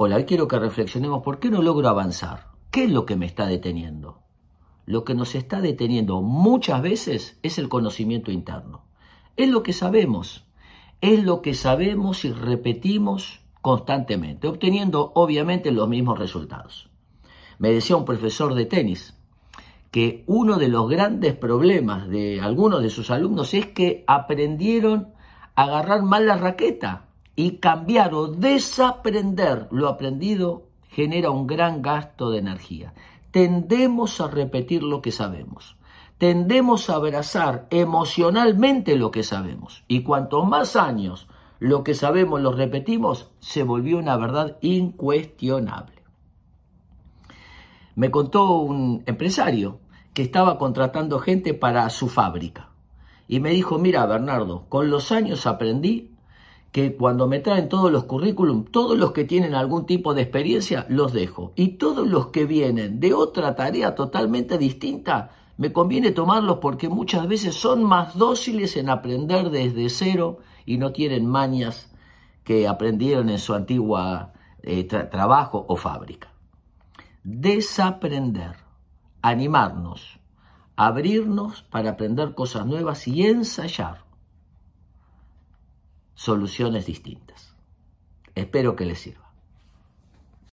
hoy quiero que reflexionemos, ¿por qué no logro avanzar? ¿Qué es lo que me está deteniendo? Lo que nos está deteniendo muchas veces es el conocimiento interno. Es lo que sabemos. Es lo que sabemos y repetimos constantemente, obteniendo obviamente los mismos resultados. Me decía un profesor de tenis que uno de los grandes problemas de algunos de sus alumnos es que aprendieron a agarrar mal la raqueta y cambiar o desaprender lo aprendido genera un gran gasto de energía. Tendemos a repetir lo que sabemos. Tendemos a abrazar emocionalmente lo que sabemos. Y cuanto más años lo que sabemos lo repetimos, se volvió una verdad incuestionable. Me contó un empresario que estaba contratando gente para su fábrica. Y me dijo, mira Bernardo, con los años aprendí que cuando me traen todos los currículum, todos los que tienen algún tipo de experiencia, los dejo. Y todos los que vienen de otra tarea totalmente distinta, me conviene tomarlos porque muchas veces son más dóciles en aprender desde cero y no tienen mañas que aprendieron en su antigua trabajo o fábrica. Desaprender, animarnos, abrirnos para aprender cosas nuevas y ensayar soluciones distintas. Espero que les sirva.